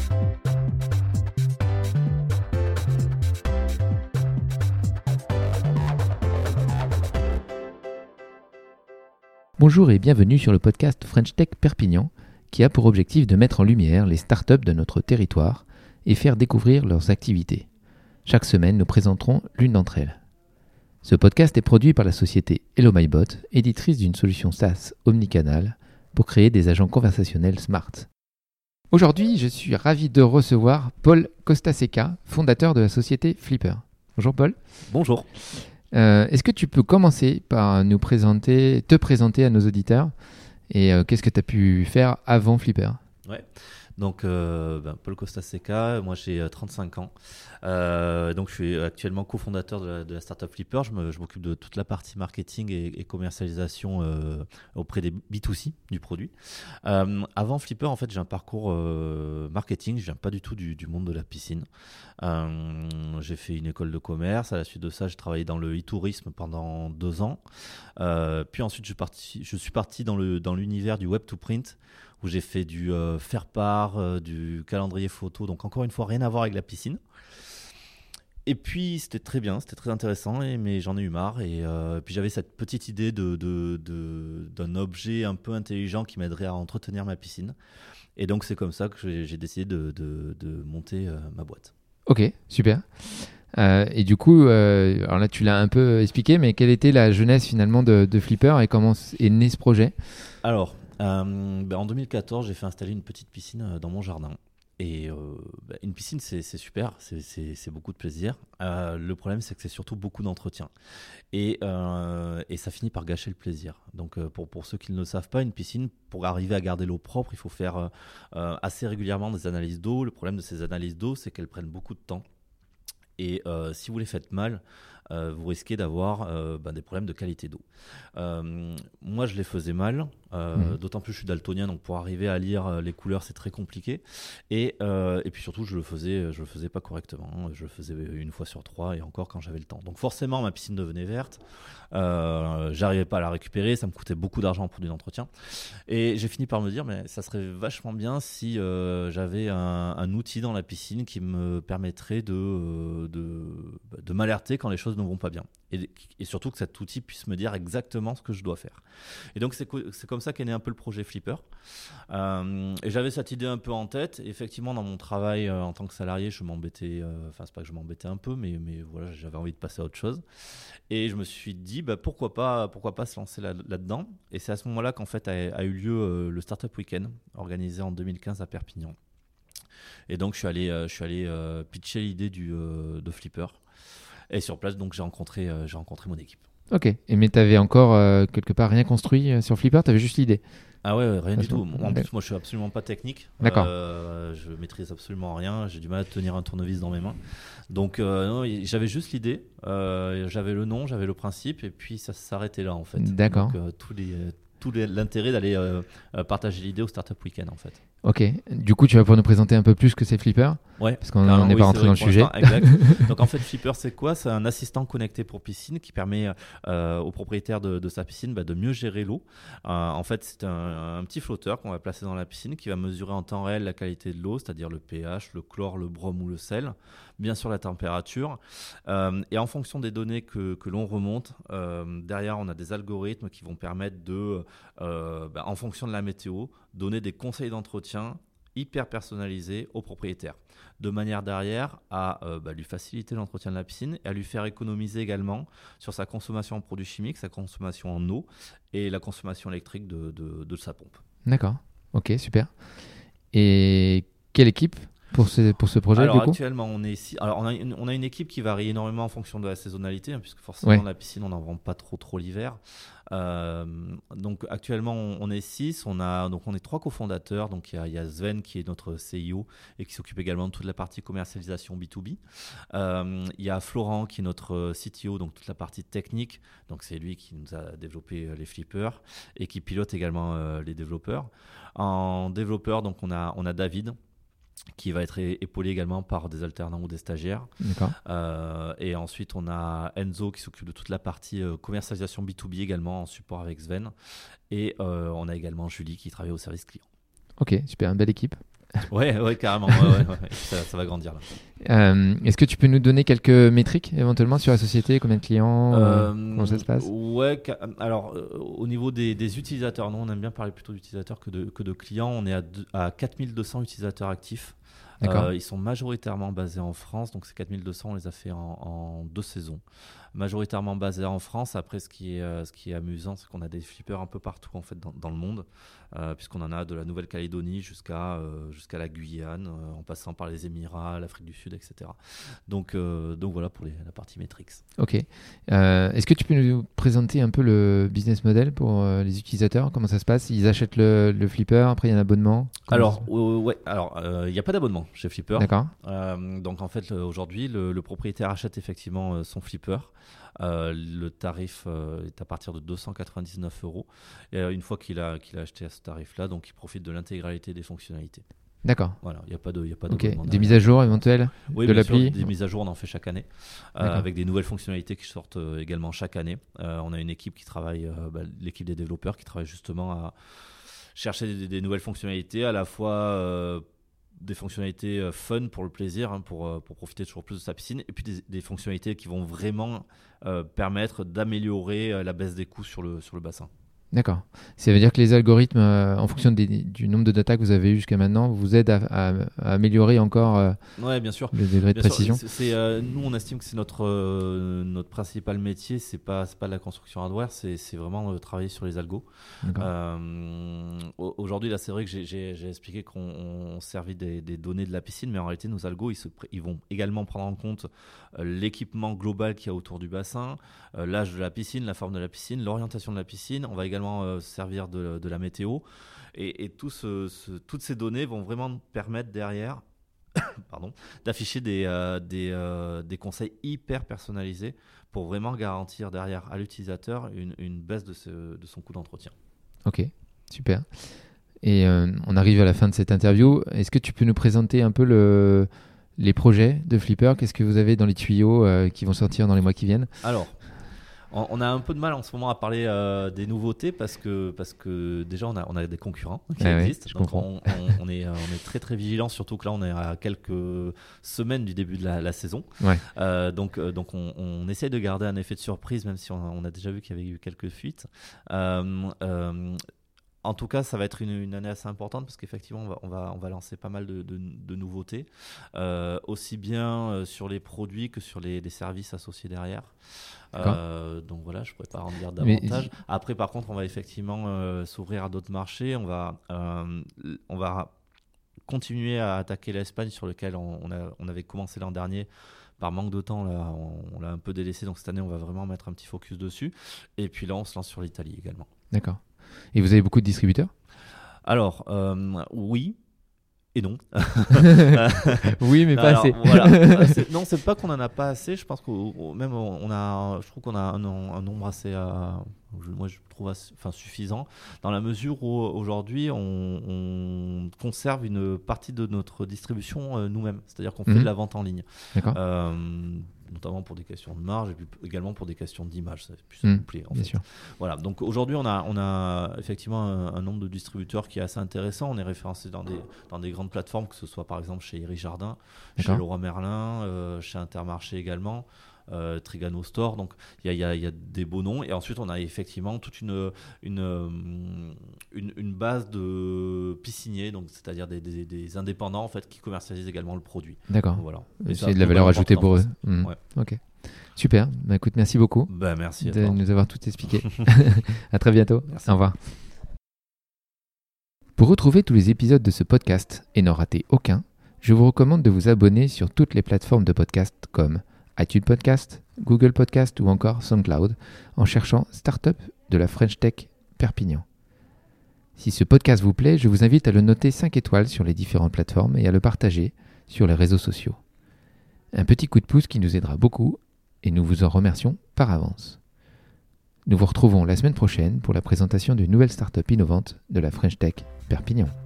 Bonjour et bienvenue sur le podcast French Tech Perpignan qui a pour objectif de mettre en lumière les startups de notre territoire et faire découvrir leurs activités. Chaque semaine, nous présenterons l'une d'entre elles. Ce podcast est produit par la société HelloMyBot, éditrice d'une solution SaaS omnicanal pour créer des agents conversationnels smart. Aujourd'hui, je suis ravi de recevoir Paul Costaseca, fondateur de la société Flipper. Bonjour Paul. Bonjour. Est-ce que tu peux commencer par te présenter à nos auditeurs et qu'est-ce que tu as pu faire avant Flipper ? Ouais. Donc, Paul Costaseca, moi j'ai 35 ans. Donc, je suis actuellement cofondateur de la startup Flipper. Je m'occupe de toute la partie marketing et commercialisation auprès des B2C du produit. Avant Flipper, en fait, j'ai un parcours marketing. Je viens pas du tout du monde de la piscine. J'ai fait une école de commerce. À la suite de ça, j'ai travaillé dans le e-tourisme pendant 2 ans. Puis ensuite, je suis parti dans l'univers du web to print, où j'ai fait du faire-part, du calendrier photo, donc encore une fois, rien à voir avec la piscine. Et puis, c'était très bien, c'était très intéressant, mais j'en ai eu marre. Et puis, j'avais cette petite idée d'un objet un peu intelligent qui m'aiderait à entretenir ma piscine. Et donc, c'est comme ça que j'ai décidé de monter ma boîte. Ok, super. Et du coup, alors là, tu l'as un peu expliqué, mais quelle était la genèse finalement de Flipper et comment est né ce projet ? Alors, en 2014, j'ai fait installer une petite piscine dans mon jardin. Et une piscine, c'est super, c'est beaucoup de plaisir. Le problème, c'est que c'est surtout beaucoup d'entretien. Et ça finit par gâcher le plaisir. Donc, pour ceux qui ne le savent pas, une piscine, pour arriver à garder l'eau propre, il faut faire assez régulièrement des analyses d'eau. Le problème de ces analyses d'eau, c'est qu'elles prennent beaucoup de temps. Et si vous les faites mal, vous risquez d'avoir des problèmes de qualité d'eau. Moi, je les faisais mal, d'autant plus je suis daltonien, donc pour arriver à lire les couleurs, c'est très compliqué. Et puis surtout, je le faisais pas correctement. Je le faisais 1 fois sur 3 et encore quand j'avais le temps. Donc forcément, ma piscine devenait verte. J'arrivais pas à la récupérer, ça me coûtait beaucoup d'argent pour d'entretien. Et j'ai fini par me dire, mais ça serait vachement bien si j'avais un outil dans la piscine qui me permettrait de m'alerter quand les choses ne vont pas bien. Et surtout que cet outil puisse me dire exactement ce que je dois faire. Et donc c'est comme ça qu'est né un peu le projet Flipper. Et j'avais cette idée un peu en tête. Et effectivement, dans mon travail en tant que salarié, je m'embêtais. Enfin, c'est pas que je m'embêtais un peu, mais voilà, j'avais envie de passer à autre chose. Et je me suis dit, pourquoi pas se lancer là-dedans. Et c'est à ce moment-là qu'en fait a eu lieu le Startup Weekend, organisé en 2015 à Perpignan. Et donc je suis allé pitcher l'idée de Flipper. Et sur place, donc j'ai rencontré mon équipe. Ok, mais tu avais encore quelque part rien construit sur Flipper, tu avais juste l'idée ? Ah ouais, rien du tout. En plus, moi je suis absolument pas technique. D'accord. Je maîtrise absolument rien. J'ai du mal à tenir un tournevis dans mes mains. Donc non, j'avais juste l'idée, j'avais le nom, j'avais le principe, et puis ça s'arrêtait là en fait. D'accord. Donc l'intérêt d'aller partager l'idée au Startup Weekend en fait. Ok, du coup tu vas pouvoir nous présenter un peu plus ce que c'est Flipper ? Ouais, parce qu'on n'est pas rentré dans le sujet. Exact. Donc en fait Flipper c'est quoi ? C'est un assistant connecté pour piscine qui permet au propriétaire de sa piscine de mieux gérer l'eau. En fait c'est un petit flotteur qu'on va placer dans la piscine qui va mesurer en temps réel la qualité de l'eau, c'est-à-dire le pH, le chlore, le brome ou le sel, bien sûr la température. Et en fonction des données que l'on remonte, derrière on a des algorithmes qui vont permettre en fonction de la météo, donner des conseils d'entretien hyper personnalisés au propriétaire, de manière derrière à lui faciliter l'entretien de la piscine et à lui faire économiser également sur sa consommation en produits chimiques, sa consommation en eau et la consommation électrique de sa pompe. D'accord, ok, super. Et quelle équipe pour ce projet ? Alors du coup actuellement on est 6. Alors on a une équipe qui varie énormément en fonction de la saisonnalité, puisque forcément la piscine on n'en vend pas trop l'hiver. Donc actuellement on est 6, on est 3 cofondateurs, donc il y a Sven qui est notre CIO et qui s'occupe également de toute la partie commercialisation B2B. Il y a Florent qui est notre CTO, donc toute la partie technique, donc c'est lui qui nous a développé les flippers et qui pilote également les développeurs. En développeur, donc on a David qui va être épaulé également par des alternants ou des stagiaires. D'accord. Et ensuite, on a Enzo qui s'occupe de toute la partie commercialisation B2B également en support avec Sven. Et on a également Julie qui travaille au service client. Ok, super, une belle équipe. Ouais, carrément. Ouais. Ça va grandir là. Est-ce que tu peux nous donner quelques métriques éventuellement sur la société, combien de clients, comment ça se passe? Ouais, alors au niveau des utilisateurs, nous on aime bien parler plutôt d'utilisateurs que de clients. On est à 4200 utilisateurs actifs. Ils sont majoritairement basés en France, donc ces 4200 on les a fait en 2 saisons. Majoritairement basés en France. Après, ce qui est amusant, c'est qu'on a des flippers un peu partout en fait dans le monde, puisqu'on en a de la Nouvelle-Calédonie jusqu'à la Guyane, en passant par les Émirats, l'Afrique du Sud, etc. Donc voilà pour la partie metrics. Ok. Est-ce que tu peux nous présenter un peu le business model pour les utilisateurs? Comment ça se passe? Ils achètent le flipper, après il y a un abonnement? Alors, il n'y a pas d'abonnement chez Flipper. D'accord. Donc en fait, aujourd'hui, le propriétaire achète effectivement son flipper. Le tarif est à partir de 299 €. Et une fois qu'il a acheté à ce tarif-là, donc il profite de l'intégralité des fonctionnalités. Ok. Voilà, il n'y a pas de Ok. Des mises à jour éventuelles de l'appli? Des mises à jour, on en fait chaque année, avec des nouvelles fonctionnalités qui sortent également chaque année. On a une équipe qui travaille, l'équipe des développeurs qui travaille justement à chercher des nouvelles fonctionnalités, à la fois des fonctionnalités fun pour le plaisir, pour profiter toujours plus de sa piscine, et puis des fonctionnalités qui vont vraiment permettre d'améliorer la baisse des coûts sur le bassin. D'accord. Ça veut dire que les algorithmes, en fonction du nombre de data que vous avez eu jusqu'à maintenant, vous aident à améliorer encore ouais, bien sûr. le degré de précision. Nous, on estime que c'est notre principal métier. C'est pas de la construction hardware, c'est vraiment travailler sur les algos. Aujourd'hui, là, c'est vrai que j'ai expliqué qu'on servait des données de la piscine, mais en réalité, nos algos, ils vont également prendre en compte l'équipement global qu'il y a autour du bassin, l'âge de la piscine, la forme de la piscine, l'orientation de la piscine. On va également servir de la météo, et toutes ces données vont vraiment permettre derrière d'afficher des conseils hyper personnalisés pour vraiment garantir derrière à l'utilisateur une baisse de son coût d'entretien. Ok, super. Et on arrive à la fin de cette interview. Est-ce que tu peux nous présenter un peu les projets de Flipper? Qu'est-ce que vous avez dans les tuyaux qui vont sortir dans les mois qui viennent? Alors, on a un peu de mal en ce moment à parler des nouveautés parce que déjà on a des concurrents qui existent. Je comprends. On est très très vigilant, surtout que là on est à quelques semaines du début de la saison. Ouais. Donc on essaye de garder un effet de surprise, même si on a déjà vu qu'il y avait eu quelques fuites. En tout cas, ça va être une année assez importante parce qu'effectivement, on va lancer pas mal de nouveautés, aussi bien sur les produits que sur les services associés derrière. Donc voilà, je ne pourrais pas en dire davantage. Après, par contre, on va effectivement s'ouvrir à d'autres marchés. On va continuer à attaquer l'Espagne, sur lequel on avait commencé l'an dernier. Par manque de temps, là, on l'a un peu délaissé. Donc cette année, on va vraiment mettre un petit focus dessus. Et puis là, on se lance sur l'Italie également. D'accord. Et vous avez beaucoup de distributeurs? Alors, oui et non. Oui, mais pas assez. Voilà. Non, c'est pas qu'on en a pas assez. Je pense même je trouve qu'on a un nombre assez, moi je trouve suffisant, dans la mesure où aujourd'hui on conserve une partie de notre distribution nous-mêmes. C'est-à-dire qu'on fait de la vente en ligne. D'accord. Notamment pour des questions de marge et puis également pour des questions d'image, ça fait plus souple en fait. Sûr. Voilà, donc aujourd'hui on a effectivement un nombre de distributeurs qui est assez intéressant. On est référencé dans des grandes plateformes, que ce soit par exemple chez Iri Jardin, chez Leroy Merlin, chez Intermarché également, Trigano Store. Donc il y a des beaux noms, et ensuite on a effectivement toute une base de pisciniers, donc c'est-à-dire des indépendants en fait qui commercialisent également le produit. D'accord. Donc, voilà. C'est de la valeur ajoutée pour eux. Ouais. Ok. Super. Bah, écoute, merci beaucoup. Merci de nous avoir tout expliqué. À très bientôt. Merci. Au revoir. Pour retrouver tous les épisodes de ce podcast et n'en rater aucun, je vous recommande de vous abonner sur toutes les plateformes de podcast comme iTunes Podcast, Google Podcast ou encore SoundCloud en cherchant Startup de la French Tech Perpignan. Si ce podcast vous plaît, je vous invite à le noter 5 étoiles sur les différentes plateformes et à le partager sur les réseaux sociaux. Un petit coup de pouce qui nous aidera beaucoup et nous vous en remercions par avance. Nous vous retrouvons la semaine prochaine pour la présentation d'une nouvelle startup innovante de la French Tech Perpignan.